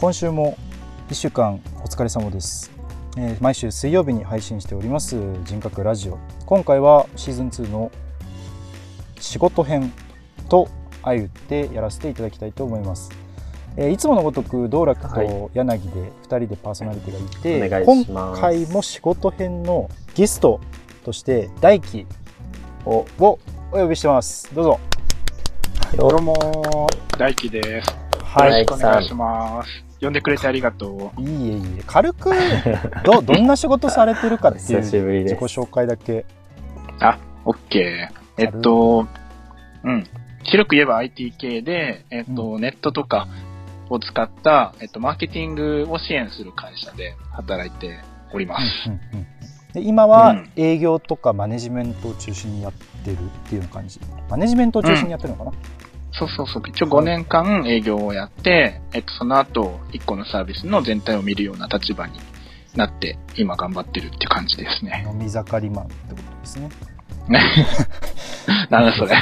今週も1週間お疲れ様です。毎週水曜日に配信しております人格ラジオ。今回はシーズン2の仕事編とあゆってやらせていただきたいと思います。いつものごとく道楽と柳で2人でパーソナリティがいて、今回も仕事編のゲストとして大輝をお呼びしてます。どうぞ。 どうも大輝です。 はい、 よろしくお願いします。呼んでくれてありがとう。 いえいえ、軽くどんな仕事されてるかっていう自己紹介だけ。 あ、OK。広く言えば IT 系で、ネットとかを使った、マーケティングを支援する会社で働いております。 で今は営業とかマネジメントを中心にやってるっていう感じ。マネジメントを中心にやってるのかな？ そう。一応5年間営業をやって、その後、1個のサービスの全体を見るような立場になって、今頑張ってるっていう感じですね。 飲み盛りマンってことですね。 なんだそれ。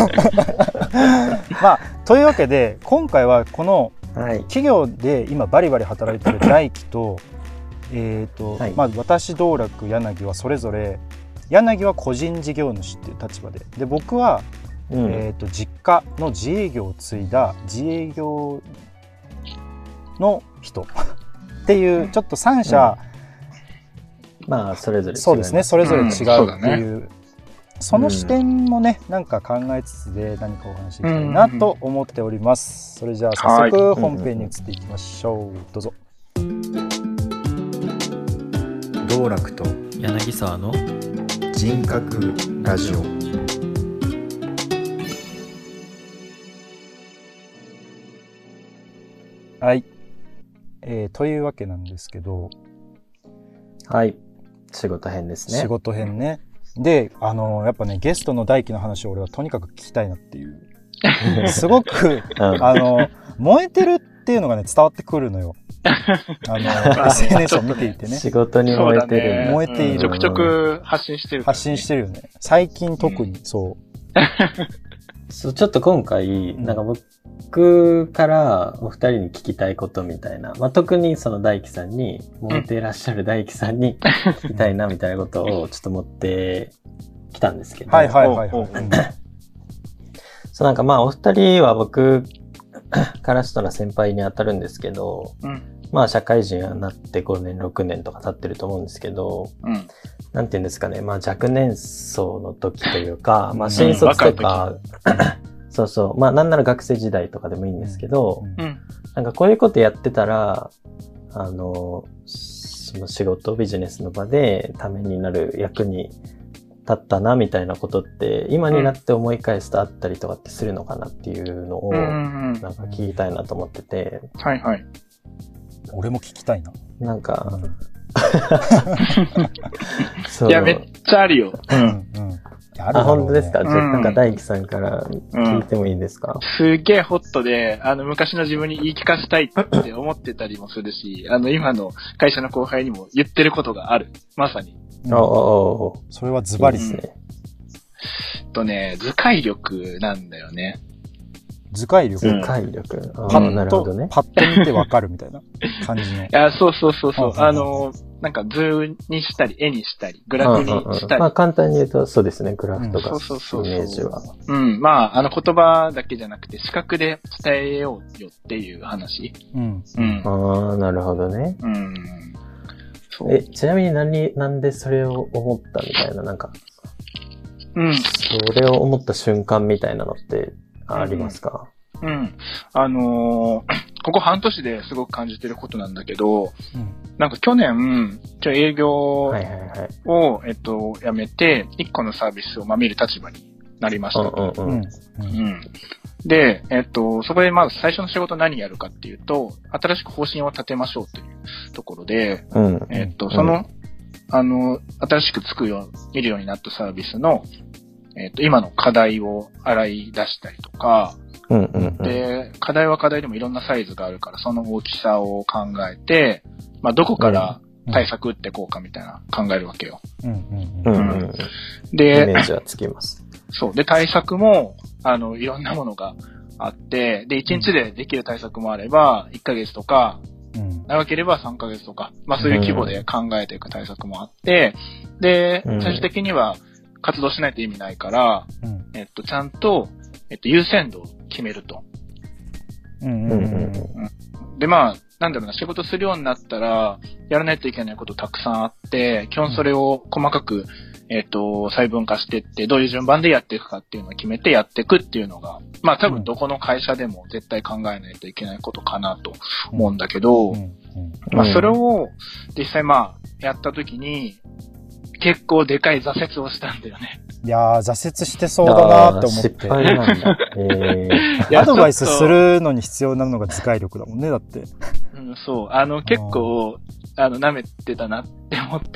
まあ、というわけで、今回はこの企業で今バリバリ働いてる大輝と、まあ、私、道楽、柳はそれぞれ、柳は個人事業主っていう立場で、僕は、実家の自営業を継いだ自営業の人っていうちょっと3社、 まあそれぞれ違う、 そうですね、それぞれ違うっていう、その視点もね、なんか考えつつで何かお話ししたいなと思っております。それじゃあ早速本編に移っていきましょう。どうぞ。道楽と柳沢の人格ラジオ。はい、というわけなんですけど、 はい、仕事編ですね。 仕事編ね。で、やっぱね、ゲストの大輝の話を俺はとにかく聞きたいなっていう、すごく燃えてるっていうのがね伝わってくるのよ。SNS を見ていてね。 仕事に燃えてる、 燃えている。 ちょくちょく発信してる、 発信してるよね。最近特にそう。 そう、ちょっと今回、なんか僕からお二人に聞きたいことみたいな、まあ、特にその大輝さんに、燃えていらっしゃる大輝さんに聞きたいなみたいなことをちょっと持ってきたんですけど。 はい。 そう、なんかまあお二人は僕からしたら先輩に当たるんですけど、まあ社会人になって5年、6年とか経ってると思うんですけど、なんていうんですかね、まあ若年層の時というか、まあ新卒とか、そう、まあなんなら学生時代とかでもいいんですけど、なんかこういうことやってたら、その仕事、ビジネスの場でためになる、役に立ったなみたいなことって、今になって思い返すとあったりとかってするのかなっていうのを、なんか聞きたいなと思ってて。 はい。 俺も聞きたいな。 なんか、 いや、めっちゃあるよ。 あ、本当ですか？じゃあ、なんか大輝さんから聞いてもいいですか？ すげえホットで、昔の自分に言い聞かせたいって思ってたりもするし、今の会社の後輩にも言ってることがある。まさに。 それはズバリですね。 図解力なんだよね。 図解力。 なるほどね。 パッと見てわかるみたいな感じの。 いや、そう。なんか図にしたり、絵にしたり、グラフにしたり。 まあ簡単に言うとそうですね、グラフとか。 そう。 イメージは。 まあ、言葉だけじゃなくて、視覚で伝えようよっていう話。 ああ、なるほどね。ちなみになんでそれを思ったみたいな、なんか。それを思った瞬間みたいなのってありますか？ ここ半年ですごく感じてることなんだけど、なんか去年、営業を、辞めて、一個のサービスを見る立場になりました。で、そこでまず最初の仕事何やるかっていうと、新しく方針を立てましょうというところで、その、新しく見るようになったサービスの、今の課題を洗い出したりとか、で、課題は課題でもいろんなサイズがあるから、その大きさを考えて、まあ、どこから対策打っていこうかみたいな考えるわけよ。で、 イメージはつきます。 そう。で、対策も、いろんなものがあって、で、1日でできる対策もあれば、1ヶ月とか、 長ければ3ヶ月とか、まあそういう規模で考えていく対策もあって、で、最終的には活動しないと意味ないから、ちゃんと、優先度を決めると。で、まあ、なんだろうな、仕事するようになったら、やらないといけないことたくさんあって、基本それを細かく、細分化していって、どういう順番でやっていくかっていうのを決めてやっていくっていうのが、まあ多分どこの会社でも絶対考えないといけないことかなと思うんだけど、まあそれを実際まあやった時に、結構でかい挫折をしたんだよね。 いやー、挫折してそうだなって思って。 失敗なんだ。 アドバイスするのに必要なのが図解力だもんね、だって。 そう。結構、舐めてたなって思って。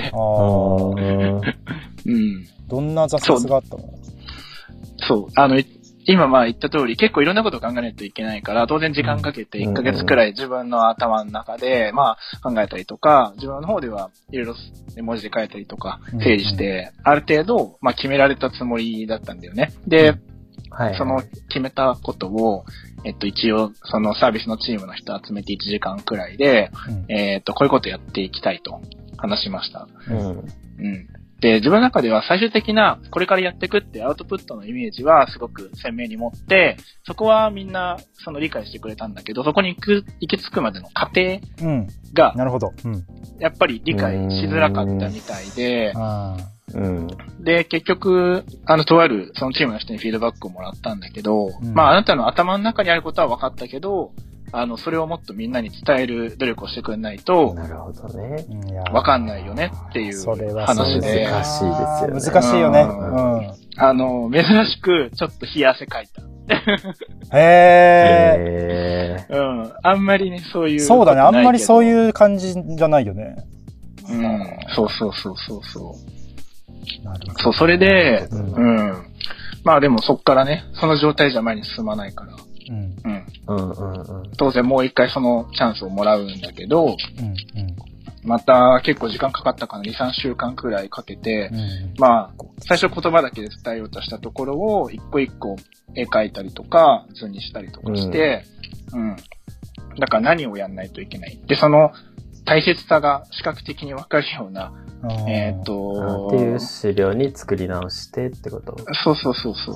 どんな挫折があったの？ そう。今まあ言った通り、結構いろんなことを考えないといけないから、当然時間かけて1ヶ月くらい自分の頭の中で、まあ考えたりとか、自分の方ではいろいろ文字で書いたりとか、整理して、ある程度、まあ決められたつもりだったんだよね。で、その決めたことを、一応、そのサービスのチームの人集めて1時間くらいで、こういうことやっていきたいと話しました。で、自分の中では最終的な、これからやっていくってアウトプットのイメージはすごく鮮明に持って、そこはみんな、理解してくれたんだけど、そこに行き着くまでの過程が、 なるほど。 やっぱり理解しづらかったみたいで、で、結局、とある、そのチームの人にフィードバックをもらったんだけど、まあ、あなたの頭の中にあることは分かったけど、それをもっとみんなに伝える努力をしてくれないと、 なるほどね。 分かんないよねっていう話で。 難しいですよね。 難しいよね。 珍しく、ちょっと冷や汗かいた。あんまりね、そういう。 そうだね、あんまりそういう感じじゃないよね。 そう。そう、それで、まあでもそっからね、その状態じゃ前に進まないから。当然もう一回そのチャンスをもらうんだけど、また結構時間かかったかな、2、3週間くらいかけて、まあ、最初言葉だけで伝えようとしたところを、一個一個絵描いたりとか、図にしたりとかして、だから何をやんないといけない。で、その大切さが視覚的にわかるような、 っていう資料に作り直してってこと？ そう。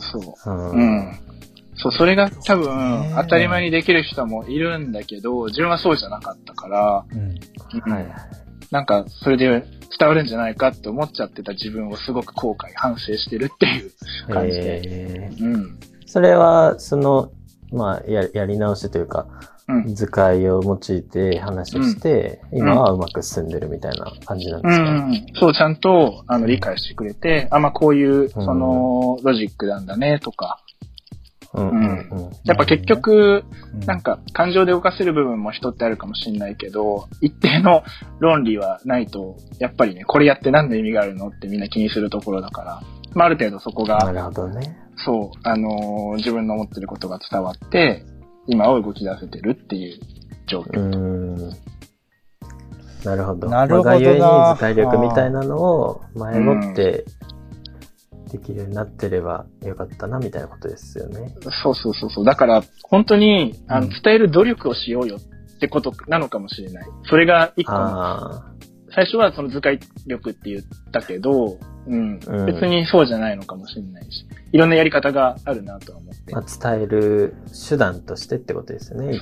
そう、それが多分、当たり前にできる人もいるんだけど、自分はそうじゃなかったから、なんか、それで伝わるんじゃないかって思っちゃってた自分をすごく反省してるっていう感じで。 それは、まあ、やり直しというか、図解を用いて話をして、今はうまく進んでるみたいな感じなんですか？ そう、ちゃんと、理解してくれて、まあ、こういう、ロジックなんだね、とか、やっぱ結局、なんか感情で動かせる部分も人ってあるかもしれないけど、一定の論理はないと、やっぱりね、これやって何の意味があるのってみんな気にするところだから、まあある程度そこが、 なるほどね。 そう、自分の思ってることが伝わって、今を動き出せてるっていう状況。 なるほど。概要に図解力みたいなのを前もってできるようになってればよかったなみたいなことですよね。 そう。だから本当に伝える努力をしようよってことなのかもしれない。それが一個の。最初はその図解力って言ったけど、別にそうじゃないのかもしれないし、いろんなやり方があるなとは思って。 まあ、伝える手段としてってことですよね。 そう。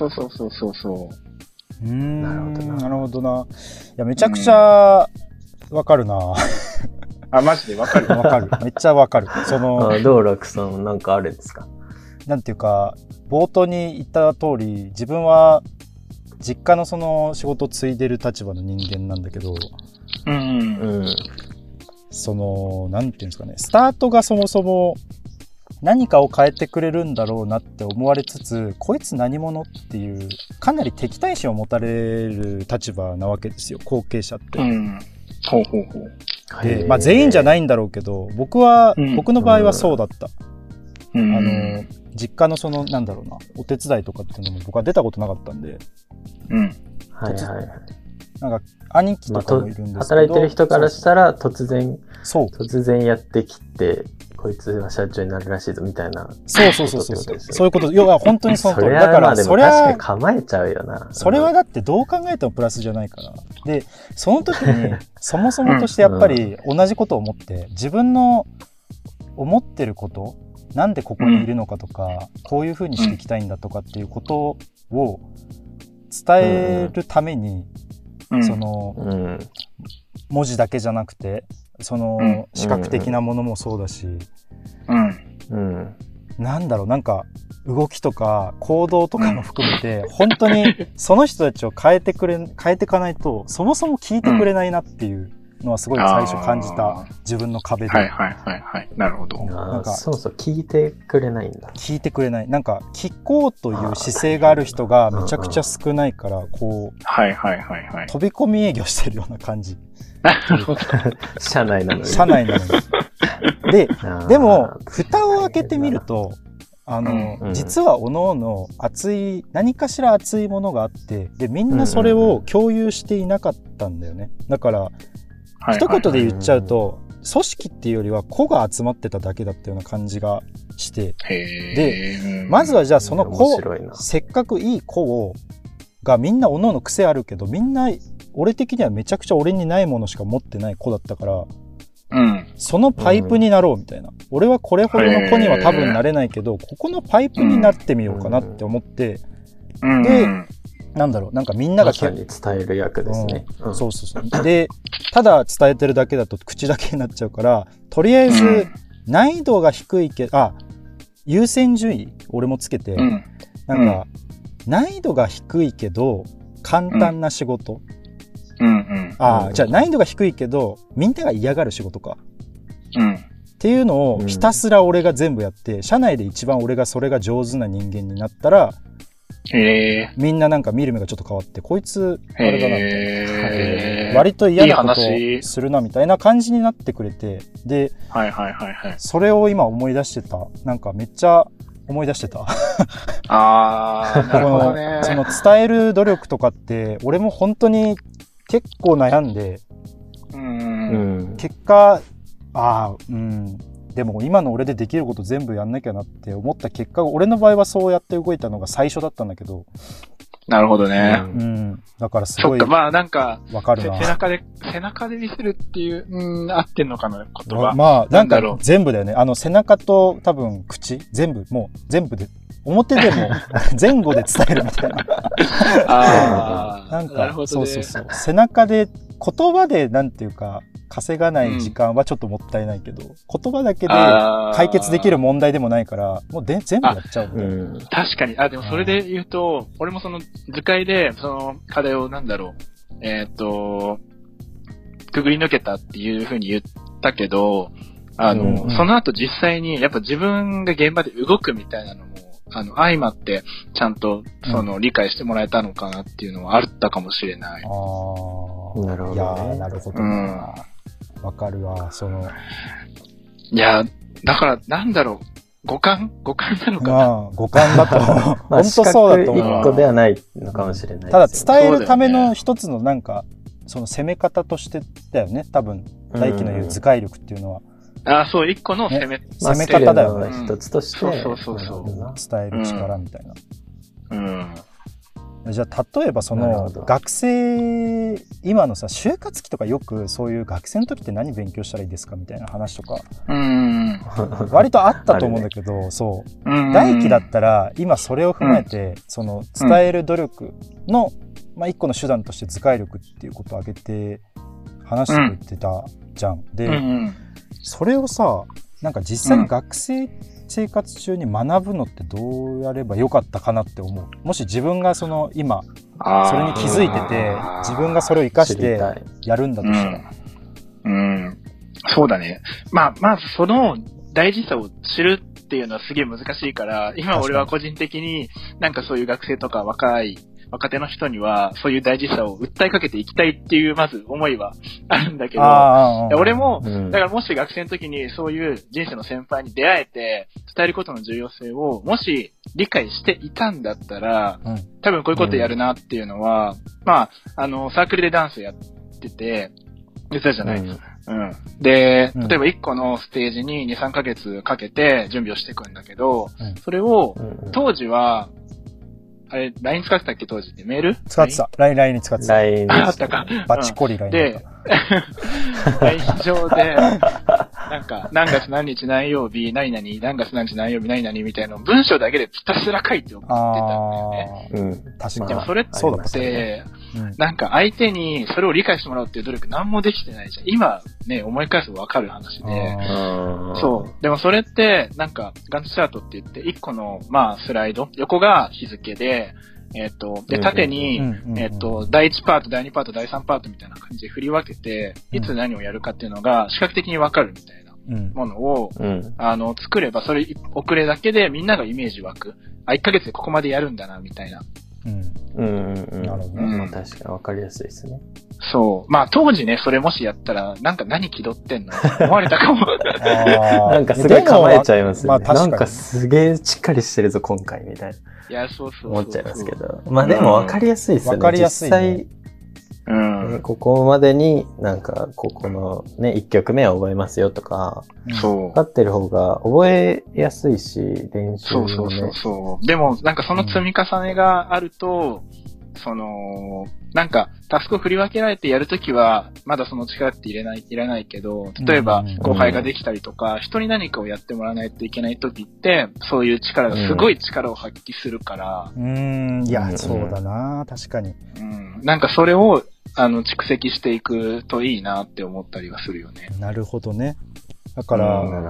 なるほどな。いや、めちゃくちゃわかるな。 マジでわかる。 めっちゃわかる。 道楽さんなんかあるんですか？ なんていうか、冒頭に言った通り、自分は実家のその仕事を継いでる立場の人間なんだけど、なんていうんですかね、スタートがそもそも何かを変えてくれるんだろうなって思われつつ、こいつ何者っていう、かなり敵対心を持たれる立場なわけですよ、後継者って。で、まあ全員じゃないんだろうけど、僕の場合はそうだった。実家のなんだろうな、お手伝いとかっていうのも僕は出たことなかったんで。なんか、兄貴とかもいるんですけど。 働いてる人からしたら突然やってきて、 こいつは社長になるらしいぞみたいな。 そうそうそうそう。そういうこと。要は本当にその通り。だからそれは確かに構えちゃうよな。 それはだってどう考えてもプラスじゃないから。で、その時にそもそもとしてやっぱり同じことを思って、自分の思ってること、なんでここにいるのかとか、こういう風にしていきたいんだとかっていうことを伝えるために、その、文字だけじゃなくて、その視覚的なものもそうだし、なんだろう、なんか動きとか行動とかも含めて、本当にその人たちを変えていかないと、そもそも聞いてくれないなっていうのはすごい最初感じた自分の壁で。 はいはいはいはい。なるほど。 なんかそうそう、聞いてくれないんだ。 聞いてくれない。なんか聞こうという姿勢がある人がめちゃくちゃ少ないから、こう、 はいはいはいはい。 飛び込み営業してるような感じ。 社内なのに。 社内なのに。でも、蓋を開けてみると、実は各々熱い、何かしら熱いものがあって、で、みんなそれを共有していなかったんだよね。だから、一言で言っちゃうと、組織っていうよりは個が集まってただけだったような感じがして、で、まずはじゃあその個、せっかくいい個がみんな各々癖あるけど、みんな、俺的にはめちゃくちゃ俺にないものしか持ってない子だったから、そのパイプになろうみたいな。俺はこれほどの子には多分なれないけど、ここのパイプになってみようかなって思って、で、なんだろう、なんかみんながまさに伝える役ですね。 そうそうそう。で、ただ伝えてるだけだと口だけになっちゃうから、とりあえず難易度が低いけど、優先順位俺もつけて、なんか難易度が低いけど簡単な仕事。じゃあ難易度が低いけどみんなが嫌がる仕事か。っていうのをひたすら俺が全部やって、社内で一番俺がそれが上手な人間になったら、みんななんか見る目がちょっと変わって、こいつあれだなみたいな、割と嫌なことをするなみたいな感じになってくれて、で、それを今思い出してた。なんかめっちゃ思い出してた。 なるほどね。 その伝える努力とかって俺も本当に結構悩んで、結果でも今の俺でできること全部やんなきゃなって思った結果、俺の場合はそうやって動いたのが最初だったんだけど。 なるほどね。 だからすごい。 そっか、まあなんか、 わかるな。 背中で見せるっていう、合ってんのかな、言葉。 まあ、なんか全部だよね。背中と多分口、全部で、表でも前後で伝えるみたいな。なんか、そうそうそう。背中で、言葉でなんていうか、稼がない時間はちょっともったいないけど、言葉だけで解決できる問題でもないから、もう全部やっちゃうみたいな。 確かに。でもそれで言うと、俺もその図解で、その課題をくぐり抜けたっていうふうに言ったけど、その後実際にやっぱ自分が現場で動くみたいなのも、相まってちゃんと理解してもらえたのかなっていうのはあったかもしれない。 なるほどね。 いやなるほどな。わかるわ、 いや、だから、なんだろう、五感なのかな。 五感だと。本当そうだと思う。 一個ではないのかもしれない。 ただ、伝えるための一つのなんか、その攻め方としてだよね、多分、大輝の言う図解力っていうのは。 そう、一個の攻め方だよね。 一つとして。 そう。 伝える力みたいな。じゃあ例えばその学生、今のさ就活期とかよくそういう学生の時って何勉強したらいいですかみたいな話とか割とあったと思うんだけど、そう大輝だったら今それを踏まえてその伝える努力の一個の手段として図解力っていうことを挙げて話してくれてたじゃん。でそれをさ、なんか実際に学生生活中に学ぶのってどうやればよかったかなって思う。もし自分がその今それに気づいてて自分がそれを活かしてやるんだとしたら、 そうだね。まずその大事さを知るっていうのはすげえ難しいから、今俺は個人的になんかそういう学生とか若手の人にはそういう大事さを訴えかけていきたいっていうまず思いはあるんだけど、俺もだからもし学生の時にそういう人生の先輩に出会えて伝えることの重要性をもし理解していたんだったら、多分こういうことやるなっていうのは、サークルでダンスやってて言ってたじゃない。 うん。で、例えば1個のステージに2、3ヶ月かけて準備をしていくんだけど、それを、当時は、あれ、LINE 使ってたっけ当時ってメール使ってた。LINE に使ってた。 LINE あったか。 バチコリ LINE で、LINE 上で、なんか、何月何日何曜日、何々、何月何日何曜日、何々みたいなのを文章だけでひたすら書いて送ってたんだよね。 うん。確かに。 でもそれって、なんか相手にそれを理解してもらうっていう努力何もできてないじゃん。今ね、思い返すとわかる話で。そう。でもそれって、なんか、ガンツチャートって言って、1個の、まあ、スライド、横が日付で、で、縦に、第1パート、第2パート、第3パートみたいな感じで振り分けて、いつ何をやるかっていうのが視覚的にわかるみたいなものを、作れば、それ送れだけでみんながイメージ湧く。あ、1ヶ月でここまでやるんだな、みたいな。 なるほどね。まあ確かにわかりやすいですね。 そう。まあ当時ね、それもしやったら、なんか何気取ってんの思われたかも。 なんかすごい構えちゃいますよね。なんかすげえしっかりしてるぞ、今回、みたいな。 いや、そう。 思っちゃいますけど。まあでもわかりやすいですよね。 わかりやすい、ね。 ここまでになんか、ここのね、1曲目は覚えますよとか、分かってる方が覚えやすいし、練習もね。 そう。でも、なんかその積み重ねがあると、なんか、タスクを振り分けられてやるときは、まだその力っていらないけど、例えば、後輩ができたりとか、人に何かをやってもらわないといけないときって、そういう力が、すごい力を発揮するから。 いや、そうだな、確かに。 なんかそれを、蓄積していくといいなって思ったりはするよね。 なるほどね。だから、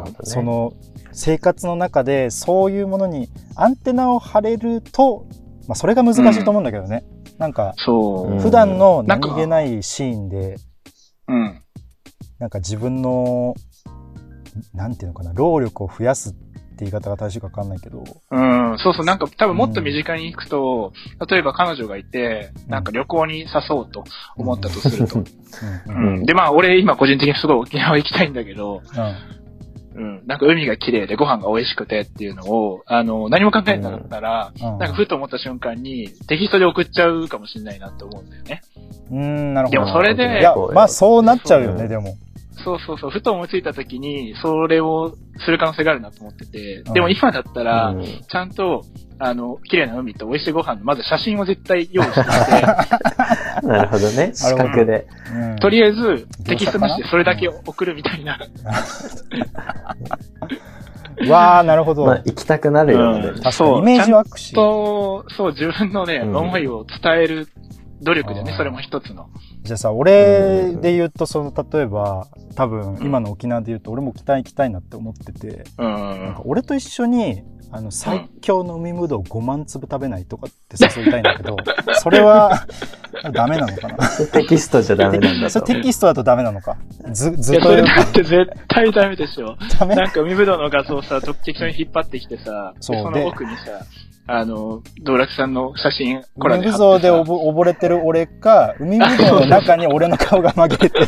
その、生活の中で、そういうものにアンテナを張れると、まあ、それが難しいと思うんだけどね。なんか、普段の何気ないシーンで、なんか自分の、なんていうのかな、労力を増やすって言い方が正しいか分かんないけど。 そう。なんか多分もっと身近に行くと、例えば彼女がいて、なんか旅行に誘おうと思ったとすると。で、まあ俺今個人的にすごい沖縄行きたいんだけど、なんか海が綺麗でご飯が美味しくてっていうのを、何も考えなかったら、なんかふと思った瞬間にテキストで送っちゃうかもしれないなって思うんだよね。 なるほど。 でもそれで、 いや、まあそうなっちゃうよね、でも。 そう。ふと思いついた時に、それをする可能性があるなと思ってて。でも今だったら、ちゃんと、綺麗な海と美味しいご飯の、まず写真を絶対用意してて。 なるほどね。視覚で。 とりあえず、テキストなしでそれだけ送るみたいな。 わー、なるほど。 まあ、行きたくなるよね。 そう、イメージワークし。 そう、自分のね、思いを伝える努力でね、それも一つの。 じゃあさ、俺で言うと、例えば、多分、今の沖縄で言うと、俺も行きたいなって思ってて、なんか俺と一緒に、最強の海ぶどう5万粒食べないとかって誘いたいんだけど、それは、ダメなのかな。 テキストじゃダメなんだと。 テキストだとダメなのか。 ずっと。いや、それだって絶対ダメでしょ。ダメ？なんか海ぶどうの画像さ、適当に引っ張ってきてさ、その奥にさ、道楽さんの写真、 コラで貼ってさ。海ぶどうで溺れてる俺か、海ぶどうの中に俺の顔が紛れてる。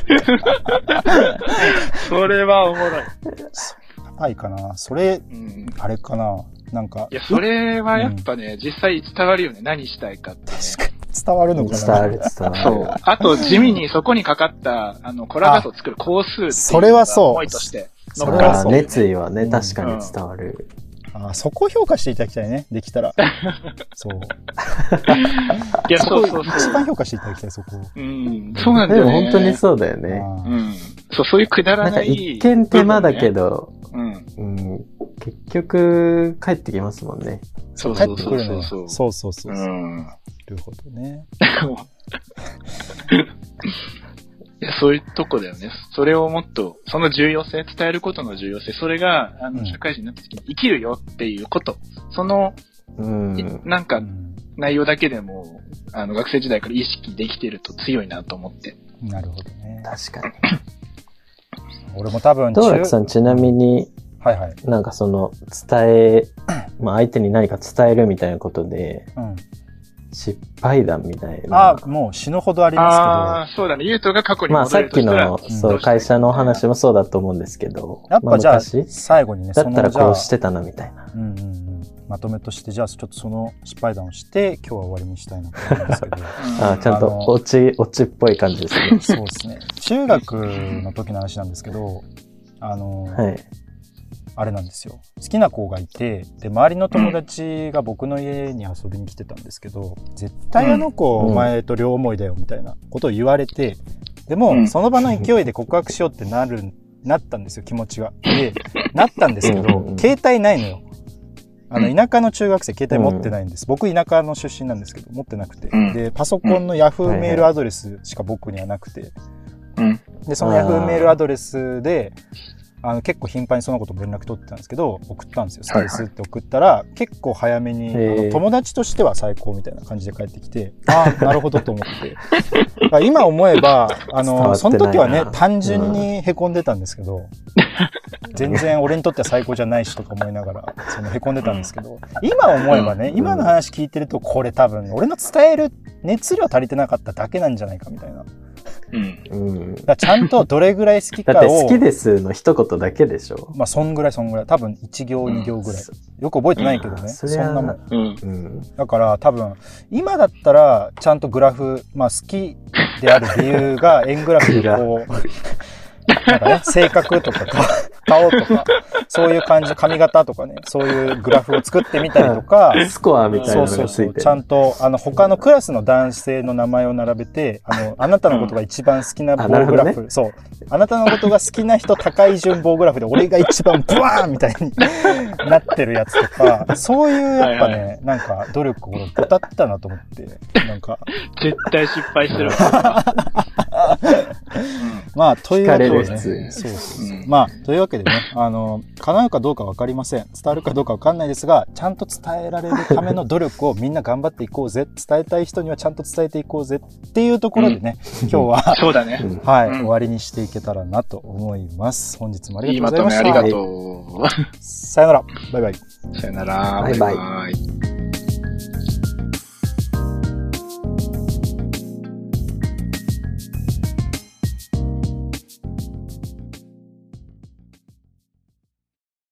それはおもろい。 ないかな。それ、あれかな。なんか。 いや、それはやっぱね、実際伝わるよね。何したいかって、ね。 確かに。伝わるのかな。 伝わる。 そう。あと、地味にそこにかかった、コラ画像を作る工数っていう。 それはそう。 思いとして。 それはそう。熱意はね、確かに伝わる。 そこを評価していただきたいね。できたら。そう。 いや、そう。 一番評価していただきたい、そこを。 そうなんだよね。 でも本当にそうだよね。 そういうくだらない。 なんか一見手間だけど、結局、帰ってきますもんね。 帰ってくるのよ。そう。なるほどね。 いや、そういうとこだよね。それをもっと、その重要性、伝えることの重要性、それが、社会人になった時に生きるよっていうこと、その、なんか、内容だけでも、学生時代から意識できてると強いなと思って。 なるほどね。 確かに。 俺も多分、 道楽さんちなみに、なんかその、まあ相手に何か伝えるみたいなことで、失敗談みたいな。 もう死ぬほどありますけど。そうだね。ゆうとが過去に戻れるとしたら。まあさっきの、そう、会社の話もそうだと思うんですけど。 やっぱじゃあ、最後にね、 だったらこうしてたなみたいな。 まとめとして、じゃあちょっとその失敗談をして今日は終わりにしたいなと思うんですけどちゃんとオチっぽい感じですね。 そうですね。中学の時の話なんですけど、はい、あれなんですよ。好きな子がいて、で周りの友達が僕の家に遊びに来てたんですけど、絶対あの子お前と両思いだよみたいなことを言われて、でもその場の勢いで告白しようってなったんですよ、気持ちが。でなったんですけど、携帯ないのよ。田舎の中学生、携帯持ってないんです。僕田舎の出身なんですけど持ってなくて、でパソコンのヤフーメールアドレスしか僕にはなくて、でそのヤフーメールアドレスで結構頻繁にその子と連絡取ってたんですけど、送ったんですよ。スタイスって送ったら、結構早めに友達としては最高みたいな感じで帰ってきて、ああなるほどと思って今思えばその時はね単純にへこんでたんですけど、全然俺にとっては最高じゃないしとか思いながらへこんでたんですけど、今思えばね、今の話聞いてるとこれ多分俺の伝える熱量足りてなかっただけなんじゃないかみたいな。だちゃんとどれぐらい好きかをだって好きですの一言だけでしょ。 まあそんぐらい多分1行2行ぐらい、よく覚えてないけどね、そんなもん、だから多分今だったらちゃんとグラフ、まあ好きである理由が円グラフにこうなんかね、性格とか顔とかそういう感じ、髪型とかね、そういうグラフを作ってみたりとか、 スコアみたいなのがついてる。 そうちゃんと他のクラスの男性の名前を並べて、あなたのことが一番好きな棒グラフ、そうあなたのことが好きな人高い順棒グラフで俺が一番ブワーンみたいになってるやつとか、そういうやっぱね、なんか努力を怠ったなと思って、なんか絶対失敗してるまあというわけでね、まあというわけでね、叶うかどうかわかりません、伝わるかどうかわかんないですが、ちゃんと伝えられるための努力をみんな頑張っていこうぜ、伝えたい人にはちゃんと伝えていこうぜっていうところでね、今日はそうだね、 はい、終わりにしていけたらなと思います。本日もありがとうございました。 いいまとめありがとう。 さよなら、バイバイ。 さよなら、 バイバイ。